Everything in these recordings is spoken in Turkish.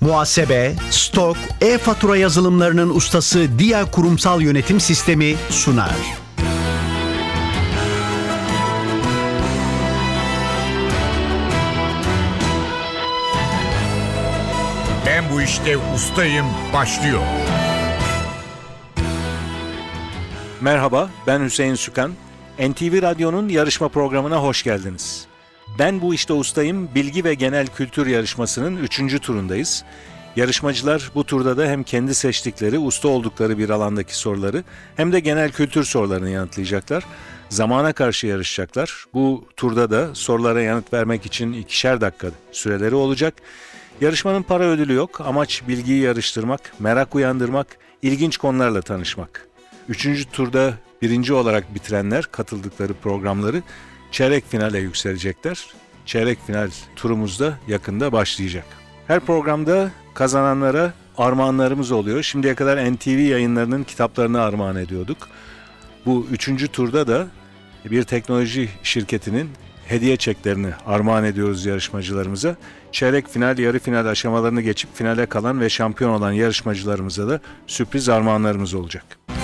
Muhasebe, stok, e-fatura yazılımlarının ustası Dia Kurumsal Yönetim Sistemi sunar. Ben bu işte ustayım başlıyor. Merhaba, ben Hüseyin Sükan. NTV Radyo'nun yarışma programına hoş geldiniz. Ben bu işte ustayım bilgi ve genel kültür yarışmasının 3. turundayız. Yarışmacılar bu turda da hem kendi seçtikleri, usta oldukları bir alandaki soruları hem de genel kültür sorularını yanıtlayacaklar. Zamana karşı yarışacaklar. Bu turda da sorulara yanıt vermek için 2'şer dakika süreleri olacak. Yarışmanın para ödülü yok. Amaç bilgiyi yarıştırmak, merak uyandırmak, ilginç konularla tanışmak. 3. turda 1. olarak bitirenler katıldıkları programları çeyrek finale yükselecekler. Çeyrek final turumuz da yakında başlayacak. Her programda kazananlara armağanlarımız oluyor. Şimdiye kadar NTV yayınlarının kitaplarını armağan ediyorduk. Bu 3. turda da bir teknoloji şirketinin hediye çeklerini armağan ediyoruz yarışmacılarımıza. Çeyrek final, yarı final aşamalarını geçip finale kalan ve şampiyon olan yarışmacılarımıza da sürpriz armağanlarımız olacak.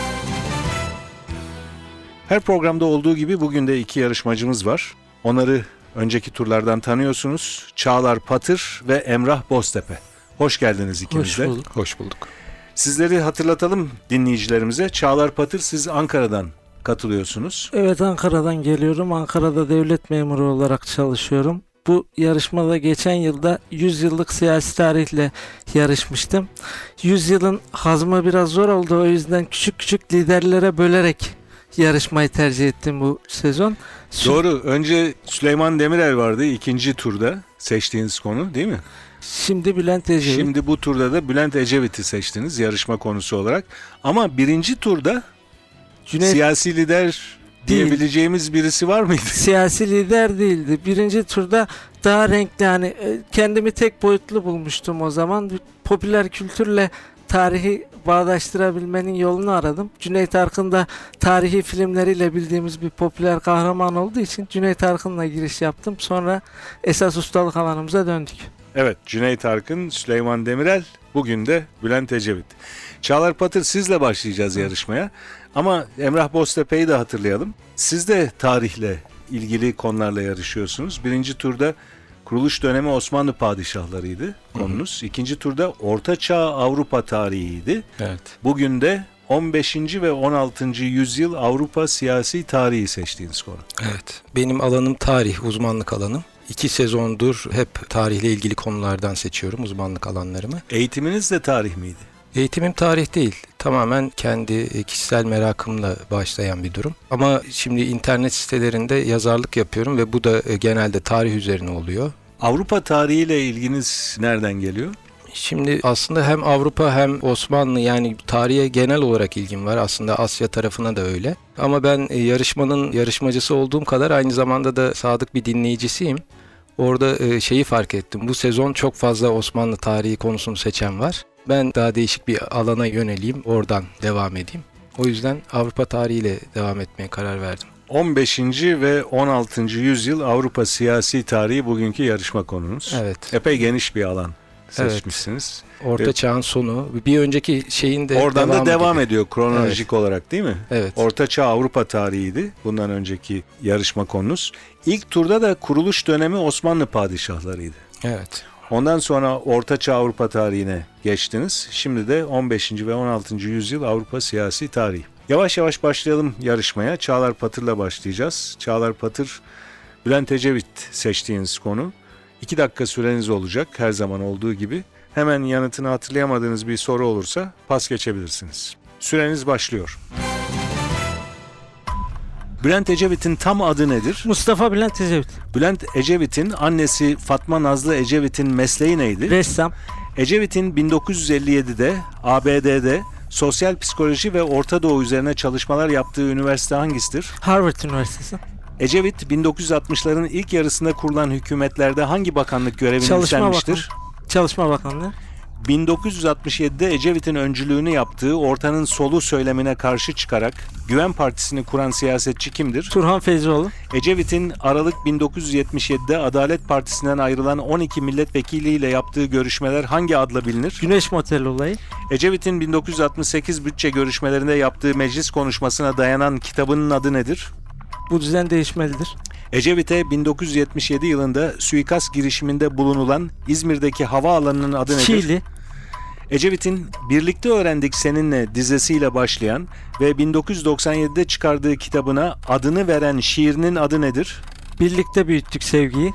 Her programda olduğu gibi bugün de 2 yarışmacımız var. Onları önceki turlardan tanıyorsunuz. Çağlar Patır ve Emrah Boztepe. Hoş geldiniz ikiniz de. Hoş bulduk. Sizleri hatırlatalım dinleyicilerimize. Çağlar Patır, siz Ankara'dan katılıyorsunuz. Evet, Ankara'dan geliyorum. Ankara'da devlet memuru olarak çalışıyorum. Bu yarışmada geçen yılda 100 yıllık siyasi tarihle yarışmıştım. 100 yılın hazmı biraz zor oldu. O yüzden küçük küçük liderlere bölerek yarışmayı tercih ettim bu sezon. Doğru. Önce Süleyman Demirel vardı 2. turda seçtiğiniz konu, değil mi? Şimdi Bülent Ecevit. Şimdi bu turda da Bülent Ecevit'i seçtiniz yarışma konusu olarak. Ama 1. turda siyasi lider diyebileceğimiz birisi var mıydı? Siyasi lider değildi. 1. turda daha renkli, hani kendimi tek boyutlu bulmuştum o zaman. Popüler kültürle tarihi bağdaştırabilmenin yolunu aradım. Cüneyt Arkın da tarihi filmleriyle bildiğimiz bir popüler kahraman olduğu için Cüneyt Arkın'la giriş yaptım. Sonra esas ustalık alanımıza döndük. Evet, Cüneyt Arkın, Süleyman Demirel, bugün de Bülent Ecevit. Çağlar Patır, sizle başlayacağız yarışmaya. Ama Emrah Boztepe'yi de hatırlayalım. Siz de tarihle ilgili konularla yarışıyorsunuz. 1. turda kuruluş dönemi Osmanlı padişahlarıydı konunuz. 2. turda Orta Çağ Avrupa tarihiydi. Evet. Bugün de 15. ve 16. yüzyıl Avrupa siyasi tarihi seçtiğiniz konu. Evet, benim alanım tarih, uzmanlık alanım. 2 sezondur hep tarihle ilgili konulardan seçiyorum uzmanlık alanlarımı. Eğitiminiz de tarih miydi? Eğitimim tarih değil, tamamen kendi kişisel merakımla başlayan bir durum. Ama şimdi internet sitelerinde yazarlık yapıyorum ve bu da genelde tarih üzerine oluyor. Avrupa tarihiyle ilginiz nereden geliyor? Şimdi aslında hem Avrupa hem Osmanlı, yani tarihe genel olarak ilgim var. Aslında Asya tarafına da öyle. Ama ben yarışmanın yarışmacısı olduğum kadar aynı zamanda da sadık bir dinleyicisiyim. Orada şeyi fark ettim. Bu sezon çok fazla Osmanlı tarihi konusunu seçen var. Ben daha değişik bir alana yöneleyim, oradan devam edeyim. O yüzden Avrupa tarihiyle devam etmeye karar verdim. 15. ve 16. yüzyıl Avrupa siyasi tarihi bugünkü yarışma konunuz. Evet. Epey geniş bir alan seçmişsiniz. Orta Çağ'ın sonu. Bir önceki şeyin de oradan da devam ediyor kronolojik olarak, değil mi? Evet. Orta Çağ Avrupa tarihiydi bundan önceki yarışma konunuz. İlk turda da kuruluş dönemi Osmanlı padişahlarıydı. Evet. Ondan sonra Orta Çağ Avrupa tarihine geçtiniz. Şimdi de 15. ve 16. yüzyıl Avrupa siyasi tarihi. Yavaş yavaş başlayalım yarışmaya. Çağlar Patır'la başlayacağız. Çağlar Patır, Bülent Ecevit seçtiğiniz konu. 2 dakika süreniz olacak her zaman olduğu gibi. Hemen yanıtını hatırlayamadığınız bir soru olursa pas geçebilirsiniz. Süreniz başlıyor. Bülent Ecevit'in tam adı nedir? Mustafa Bülent Ecevit. Bülent Ecevit'in annesi Fatma Nazlı Ecevit'in mesleği neydi? Ressam. Ecevit'in 1957'de ABD'de sosyal psikoloji ve Orta Doğu üzerine çalışmalar yaptığı üniversite hangisidir? Harvard Üniversitesi. Ecevit 1960'ların ilk yarısında kurulan hükümetlerde hangi bakanlık görevini üstlenmiştir? Çalışma Bakanlığı. 1967'de Ecevit'in öncülüğünü yaptığı Ortanın Solu söylemine karşı çıkarak Güven Partisi'ni kuran siyasetçi kimdir? Turhan Feyzioğlu. Ecevit'in Aralık 1977'de Adalet Partisi'nden ayrılan 12 milletvekiliyle yaptığı görüşmeler hangi adla bilinir? Güneş Motel olayı. Ecevit'in 1968 bütçe görüşmelerinde yaptığı meclis konuşmasına dayanan kitabının adı nedir? Bu düzen değişmelidir. Ecevit'e 1977 yılında suikast girişiminde bulunulan İzmir'deki havaalanının adı nedir? Çiğli. Ecevit'in Birlikte Öğrendik Seninle dizesiyle başlayan ve 1997'de çıkardığı kitabına adını veren şiirinin adı nedir? Birlikte büyüttük sevgiyi.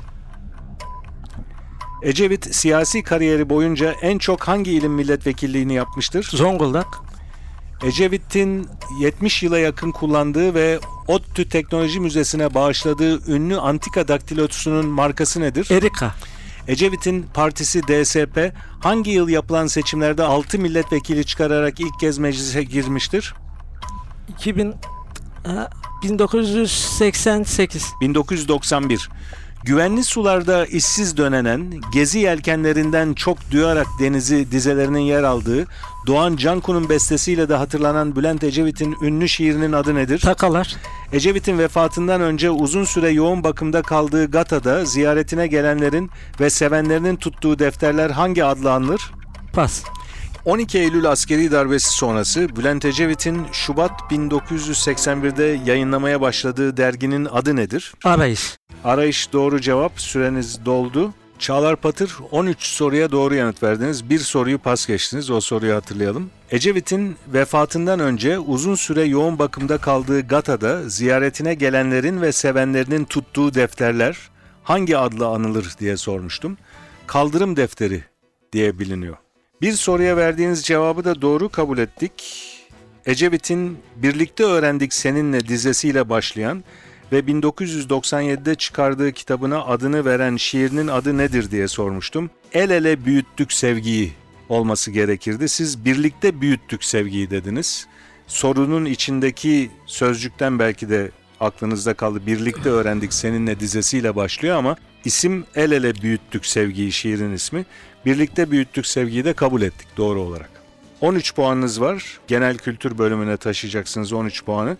Ecevit siyasi kariyeri boyunca en çok hangi ilin milletvekilliğini yapmıştır? Zonguldak. Ecevit'in 70 yıla yakın kullandığı ve ODTÜ Teknoloji Müzesi'ne bağışladığı ünlü antika daktilosunun markası nedir? Erika. Ecevit'in partisi DSP hangi yıl yapılan seçimlerde 6 milletvekili çıkararak ilk kez meclise girmiştir? 1988. 1991. Güvenli sularda işsiz dönenen, gezi yelkenlerinden çok duyarak denizi dizelerinin yer aldığı, Doğan Canku'nun bestesiyle de hatırlanan Bülent Ecevit'in ünlü şiirinin adı nedir? Takalar. Ecevit'in vefatından önce uzun süre yoğun bakımda kaldığı Gata'da ziyaretine gelenlerin ve sevenlerinin tuttuğu defterler hangi adla anılır? Pas. 12 Eylül askeri darbesi sonrası Bülent Ecevit'in Şubat 1981'de yayınlamaya başladığı derginin adı nedir? Arayış. Arayış doğru cevap. Süreniz doldu. Çağlar Patır 13 soruya doğru yanıt verdiniz. Bir soruyu pas geçtiniz. O soruyu hatırlayalım. Ecevit'in vefatından önce uzun süre yoğun bakımda kaldığı Gata'da ziyaretine gelenlerin ve sevenlerinin tuttuğu defterler hangi adla anılır diye sormuştum. Kaldırım defteri diye biliniyor. Bir soruya verdiğiniz cevabı da doğru kabul ettik. Ecevit'in Birlikte Öğrendik Seninle dizesiyle başlayan ve 1997'de çıkardığı kitabına adını veren şiirinin adı nedir diye sormuştum. El ele büyüttük sevgiyi olması gerekirdi. Siz birlikte büyüttük sevgiyi dediniz. Sorunun içindeki sözcükten belki de aklınızda kaldı. Birlikte öğrendik seninle dizesiyle başlıyor ama isim El ele büyüttük sevgiyi, şiirin ismi. Birlikte büyüttük sevgiyi de kabul ettik doğru olarak. 13 puanınız var. Genel kültür bölümüne taşıyacaksınız 13 puanı.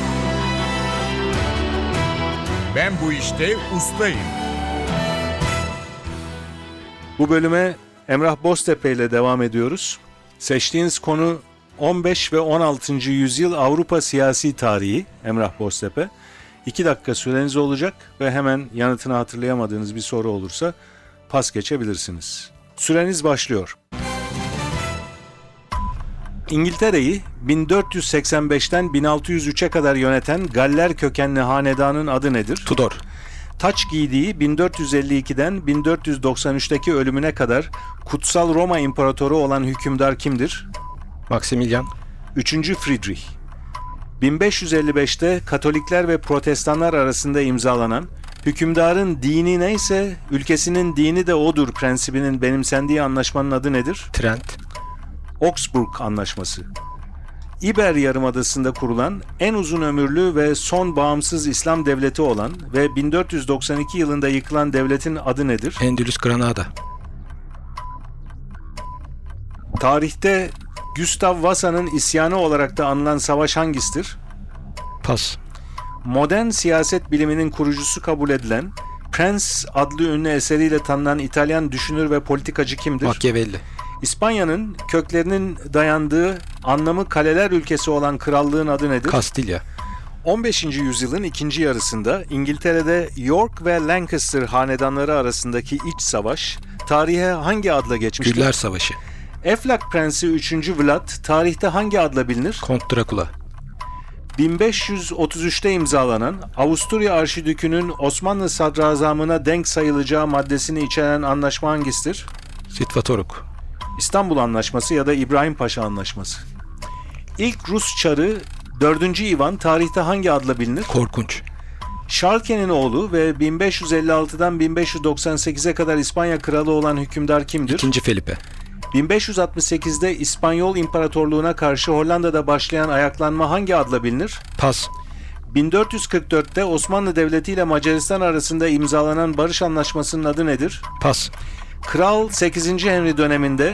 Ben bu işte ustayım. Bu bölüme Emrah Boztepe ile devam ediyoruz. Seçtiğiniz konu 15 ve 16. yüzyıl Avrupa siyasi tarihi Emrah Boztepe. 2 dakika süreniz olacak ve hemen yanıtını hatırlayamadığınız bir soru olursa pas geçebilirsiniz. Süreniz başlıyor. İngiltere'yi 1485'ten 1603'e kadar yöneten Galler kökenli hanedanın adı nedir? Tudor. Taç giydiği 1452'den 1493'teki ölümüne kadar Kutsal Roma İmparatoru olan hükümdar kimdir? Maximilian. 3. Friedrich. 1555'te Katolikler ve Protestanlar arasında imzalanan hükümdarın dini neyse ülkesinin dini de odur prensibinin benimsendiği anlaşmanın adı nedir? Trent. Augsburg Anlaşması. İber Yarımadası'nda kurulan en uzun ömürlü ve son bağımsız İslam devleti olan ve 1492 yılında yıkılan devletin adı nedir? Endülüs Granada. Tarihte Gustav Vasa'nın isyanı olarak da anılan savaş hangisidir? Pas. Modern siyaset biliminin kurucusu kabul edilen Prens adlı ünlü eseriyle tanınan İtalyan düşünür ve politikacı kimdir? Machiavelli. İspanya'nın köklerinin dayandığı anlamı kaleler ülkesi olan krallığın adı nedir? Kastilya. 15. yüzyılın ikinci yarısında İngiltere'de York ve Lancaster hanedanları arasındaki iç savaş tarihe hangi adla geçmiştir? Güller Savaşı. Eflak Prensi 3. Vlad tarihte hangi adla bilinir? Kont Drakula. 1533'te imzalanan Avusturya Arşidükü'nün Osmanlı sadrazamına denk sayılacağı maddesini içeren anlaşma hangisidir? Sitvatoruk. İstanbul Anlaşması ya da İbrahim Paşa Anlaşması. İlk Rus çarı 4. Ivan tarihte hangi adla bilinir? Korkunç. Şarlke'nin oğlu ve 1556'dan 1598'e kadar İspanya kralı olan hükümdar kimdir? 2. Felipe. 1568'de İspanyol İmparatorluğu'na karşı Hollanda'da başlayan ayaklanma hangi adla bilinir? Pas. 1444'te Osmanlı Devleti ile Macaristan arasında imzalanan barış anlaşmasının adı nedir? Pas. Kral 8. Henry döneminde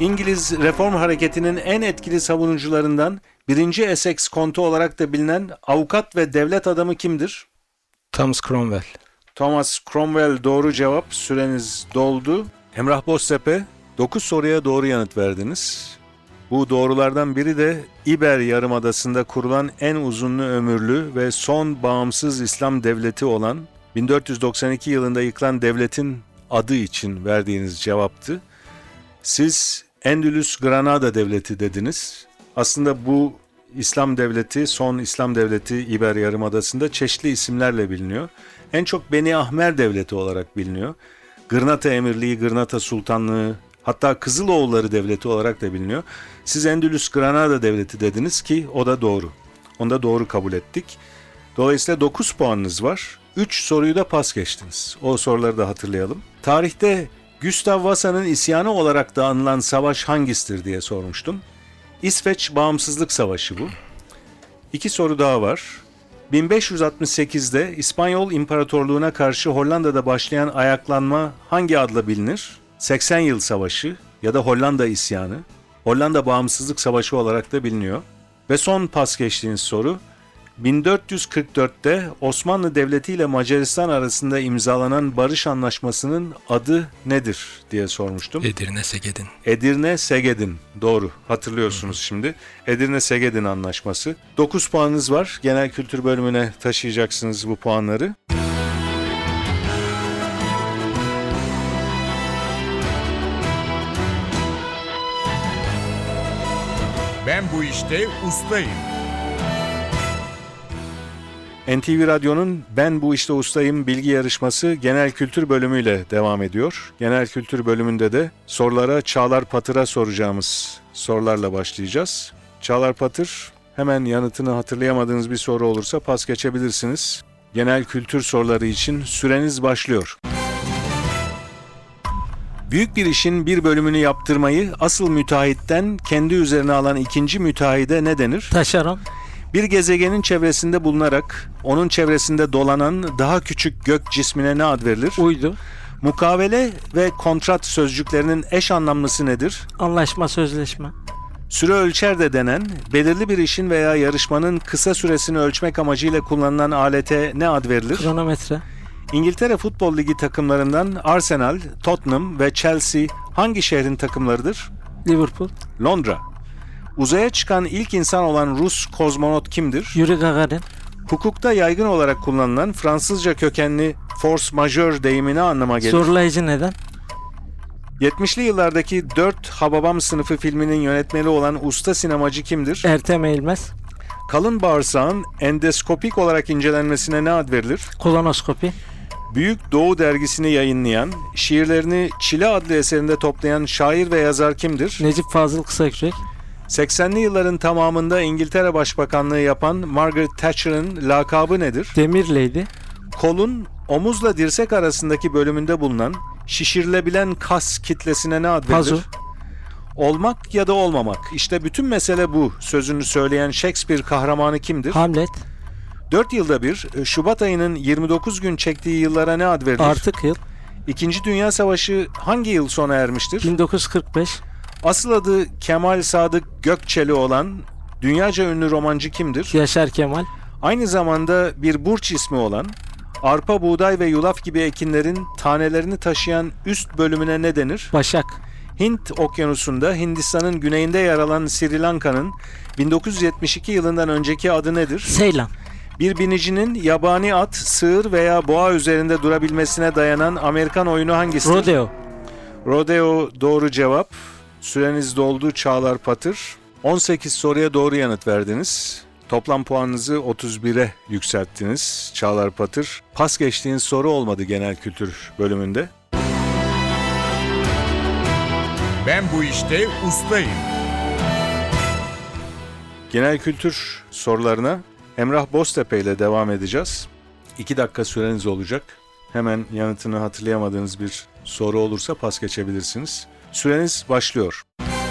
İngiliz Reform Hareketi'nin en etkili savunucularından 1. Essex Kontu olarak da bilinen avukat ve devlet adamı kimdir? Thomas Cromwell. Thomas Cromwell doğru cevap. Süreniz doldu. Emrah Boztepe, 9 soruya doğru yanıt verdiniz. Bu doğrulardan biri de İber Yarımadası'nda kurulan en uzunlu ömürlü ve son bağımsız İslam devleti olan 1492 yılında yıkılan devletin adı için verdiğiniz cevaptı. Siz Endülüs Granada Devleti dediniz. Aslında bu İslam devleti, son İslam devleti İber Yarımadası'nda çeşitli isimlerle biliniyor. En çok Beni Ahmer Devleti olarak biliniyor. Gırnata Emirliği, Gırnata Sultanlığı, hatta Kızıloğulları Devleti olarak da biliniyor. Siz Endülüs Granada Devleti dediniz ki o da doğru. Onu da doğru kabul ettik. Dolayısıyla 9 puanınız var. 3 soruyu da pas geçtiniz. O soruları da hatırlayalım. Tarihte Gustav Vasa'nın isyanı olarak da anılan savaş hangisidir diye sormuştum. İsveç Bağımsızlık Savaşı bu. 2 soru daha var. 1568'de İspanyol İmparatorluğu'na karşı Hollanda'da başlayan ayaklanma hangi adla bilinir? 80 Yıl Savaşı ya da Hollanda İsyanı. Hollanda Bağımsızlık Savaşı olarak da biliniyor. Ve son pas geçtiğiniz soru. 1444'te Osmanlı Devleti ile Macaristan arasında imzalanan barış anlaşmasının adı nedir diye sormuştum. Edirne Segedin. Edirne Segedin. Doğru. Hatırlıyorsunuz şimdi. Edirne Segedin Anlaşması. 9 puanınız var. Genel kültür bölümüne taşıyacaksınız bu puanları. Ben bu işte ustayım. NTV Radyo'nun Ben Bu İşte Ustayım bilgi yarışması genel kültür bölümüyle devam ediyor. Genel kültür bölümünde de sorulara Çağlar Patır'a soracağımız sorularla başlayacağız. Çağlar Patır, hemen yanıtını hatırlayamadığınız bir soru olursa pas geçebilirsiniz. Genel kültür soruları için süreniz başlıyor. Büyük bir işin bir bölümünü yaptırmayı asıl müteahhitten kendi üzerine alan ikinci müteahhide ne denir? Taşeron. Bir gezegenin çevresinde bulunarak onun çevresinde dolanan daha küçük gök cismine ne ad verilir? Uydu. Mukavele ve kontrat sözcüklerinin eş anlamlısı nedir? Anlaşma, sözleşme. Süre ölçer de denen, belirli bir işin veya yarışmanın kısa süresini ölçmek amacıyla kullanılan alete ne ad verilir? Kronometre. İngiltere Futbol Ligi takımlarından Arsenal, Tottenham ve Chelsea hangi şehrin takımlarıdır? Liverpool. Londra. Uzaya çıkan ilk insan olan Rus kozmonot kimdir? Yuri Gagarin. Hukukta yaygın olarak kullanılan Fransızca kökenli force majeure deyimi ne anlama gelir? Zorlayıcı neden? 70'li yıllardaki 4 Hababam Sınıfı filminin yönetmeni olan usta sinemacı kimdir? Ertem Eğilmez. Kalın bağırsağın endoskopik olarak incelenmesine ne ad verilir? Kolonoskopi. Büyük Doğu dergisini yayınlayan, şiirlerini Çile adlı eserinde toplayan şair ve yazar kimdir? Necip Fazıl Kısakürek. 80'li yılların tamamında İngiltere Başbakanlığı yapan Margaret Thatcher'ın lakabı nedir? Demir Lady. Kolun omuzla dirsek arasındaki bölümünde bulunan şişirilebilen kas kitlesine ne ad verilir? Pazu. Olmak ya da olmamak. İşte bütün mesele bu sözünü söyleyen Shakespeare kahramanı kimdir? Hamlet. 4 yılda bir Şubat ayının 29 gün çektiği yıllara ne ad verilir? Artık yıl. İkinci Dünya Savaşı hangi yıl sona ermiştir? 1945. Asıl adı Kemal Sadık Gökçeli olan dünyaca ünlü romancı kimdir? Yaşar Kemal. Aynı zamanda bir burç ismi olan, arpa, buğday ve yulaf gibi ekinlerin tanelerini taşıyan üst bölümüne ne denir? Başak. Hint Okyanusu'nda Hindistan'ın güneyinde yer alan Sri Lanka'nın 1972 yılından önceki adı nedir? Seylan. Bir binicinin yabani at, sığır veya boğa üzerinde durabilmesine dayanan Amerikan oyunu hangisidir? Rodeo. Rodeo doğru cevap. Süreniz doldu Çağlar Patır. 18 soruya doğru yanıt verdiniz. Toplam puanınızı 31'e yükselttiniz Çağlar Patır. Pas geçtiğiniz soru olmadı genel kültür bölümünde. Ben bu işte ustayım. Genel kültür sorularına Emrah Boztepe ile devam edeceğiz. 2 dakika süreniz olacak. Hemen yanıtını hatırlayamadığınız bir soru olursa pas geçebilirsiniz. Süreniz başlıyor.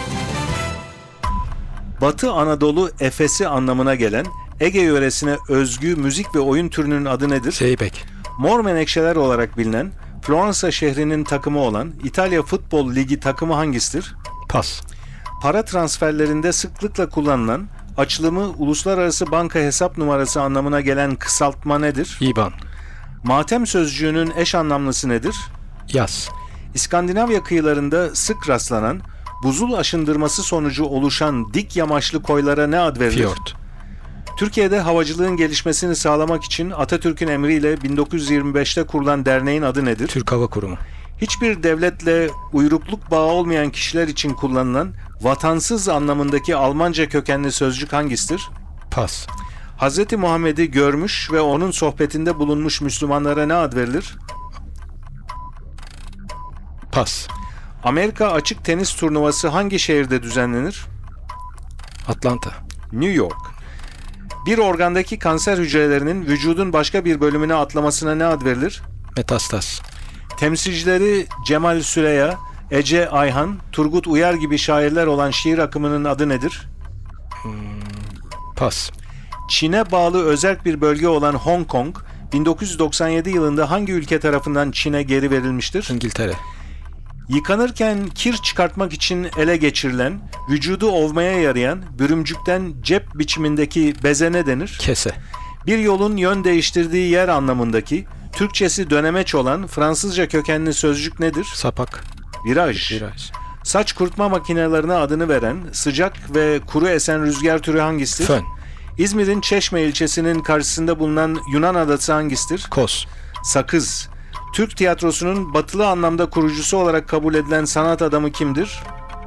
Batı Anadolu Efesi anlamına gelen Ege yöresine özgü müzik ve oyun türünün adı nedir? Zeybek. Mor Menekşeler olarak bilinen Floransa şehrinin takımı olan İtalya Futbol Ligi takımı hangisidir? Pas. Para transferlerinde sıklıkla kullanılan, açılımı uluslararası banka hesap numarası anlamına gelen kısaltma nedir? İban. Matem sözcüğünün eş anlamlısı nedir? Yaz. İskandinavya kıyılarında sık rastlanan, buzul aşındırması sonucu oluşan dik yamaçlı koylara ne ad verilir? Fiyort. Türkiye'de havacılığın gelişmesini sağlamak için Atatürk'ün emriyle 1925'te kurulan derneğin adı nedir? Türk Hava Kurumu. Hiçbir devletle uyrukluk bağı olmayan kişiler için kullanılan vatansız anlamındaki Almanca kökenli sözcük hangisidir? Pas. Hz. Muhammed'i görmüş ve onun sohbetinde bulunmuş Müslümanlara ne ad verilir? Pas. Amerika açık tenis turnuvası hangi şehirde düzenlenir? Atlanta. New York. Bir organdaki kanser hücrelerinin vücudun başka bir bölümüne atlamasına ne ad verilir? Metastas. Temsilcileri Cemal Süreya, Ece Ayhan, Turgut Uyar gibi şairler olan şiir akımının adı nedir? Pas. Çin'e bağlı özerk bir bölge olan Hong Kong, 1997 yılında hangi ülke tarafından Çin'e geri verilmiştir? İngiltere. Yıkanırken kir çıkartmak için ele geçirilen, vücudu ovmaya yarayan, bürümcükten cep biçimindeki beze ne denir? Kese. Bir yolun yön değiştirdiği yer anlamındaki, Türkçesi dönemeç olan Fransızca kökenli sözcük nedir? Sapak. Viraj. Viraj. Saç kurutma makinelerine adını veren, sıcak ve kuru esen rüzgar türü hangisidir? Fön. İzmir'in Çeşme ilçesinin karşısında bulunan Yunan adası hangisidir? Kos. Sakız. Türk tiyatrosunun batılı anlamda kurucusu olarak kabul edilen sanat adamı kimdir?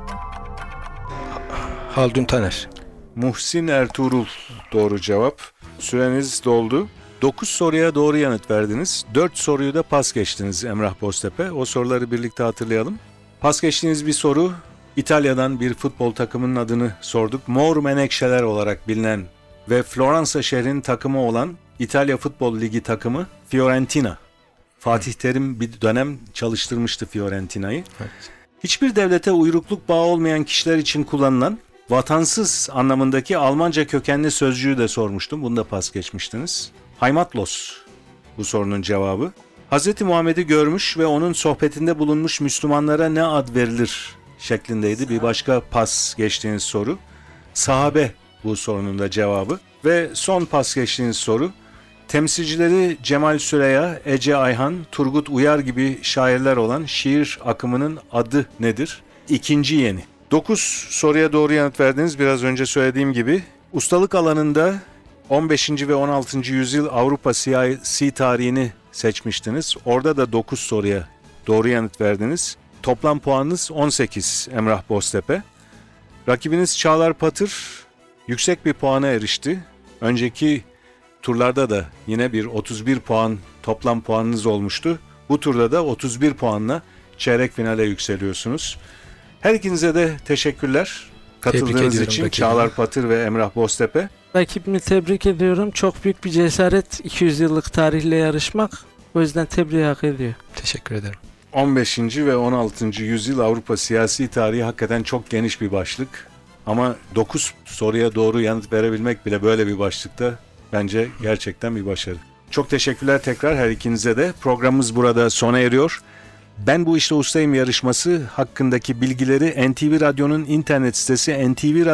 Haldun Taner. Muhsin Ertuğrul doğru cevap. Süreniz doldu. 9 soruya doğru yanıt verdiniz. 4 soruyu da pas geçtiniz Emrah Boztepe. O soruları birlikte hatırlayalım. Pas geçtiğiniz bir soru, İtalya'dan bir futbol takımının adını sorduk. Mor Menekşeler olarak bilinen ve Floransa şehrinin takımı olan İtalya Futbol Ligi takımı Fiorentina. Fatih Terim bir dönem çalıştırmıştı Fiorentina'yı. Evet. Hiçbir devlete uyrukluk bağı olmayan kişiler için kullanılan vatansız anlamındaki Almanca kökenli sözcüğü de sormuştum. Bunu da pas geçmiştiniz. Heimatlos bu sorunun cevabı. Hz. Muhammed'i görmüş ve onun sohbetinde bulunmuş Müslümanlara ne ad verilir şeklindeydi. Bir başka pas geçtiğiniz soru. Sahabe bu sorunun da cevabı. Ve son pas geçtiğiniz soru. Temsilcileri Cemal Süreya, Ece Ayhan, Turgut Uyar gibi şairler olan şiir akımının adı nedir? İkinci yeni. 9 soruya doğru yanıt verdiniz. Biraz önce söylediğim gibi ustalık alanında 15. ve 16. yüzyıl Avrupa siyasi tarihini seçmiştiniz. Orada da 9 soruya doğru yanıt verdiniz. Toplam puanınız 18 Emrah Boztepe. Rakibiniz Çağlar Patır yüksek bir puana erişti. Önceki turlarda da yine bir 31 puan toplam puanınız olmuştu. Bu turda da 31 puanla çeyrek finale yükseliyorsunuz. Her ikinize de teşekkürler katıldığınız için Çağlar Patır ve Emrah Boztepe. Rakibimi tebrik ediyorum. Çok büyük bir cesaret 200 yıllık tarihle yarışmak. O yüzden tebriği hak ediyor. Teşekkür ederim. 15. ve 16. yüzyıl Avrupa siyasi tarihi hakikaten çok geniş bir başlık. Ama 9 soruya doğru yanıt verebilmek bile böyle bir başlıkta bence gerçekten bir başarı. Çok teşekkürler tekrar her ikinize de. Programımız burada sona eriyor. Ben bu işte ustayım yarışması hakkındaki bilgileri NTV Radyo'nun internet sitesi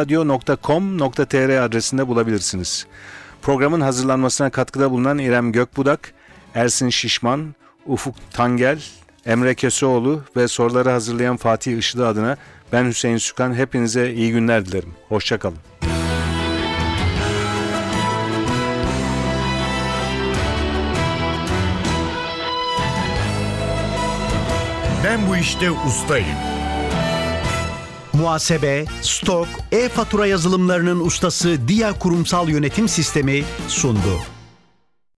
ntvradio.com.tr adresinde bulabilirsiniz. Programın hazırlanmasına katkıda bulunan İrem Gökbudak, Ersin Şişman, Ufuk Tangel, Emre Keseoğlu ve soruları hazırlayan Fatih Işılı adına ben Hüseyin Sükan. Hepinize iyi günler dilerim. Hoşça kalın. Ben bu işte ustayım. Muhasebe, stok, e-fatura yazılımlarının ustası Dia Kurumsal Yönetim Sistemi sundu.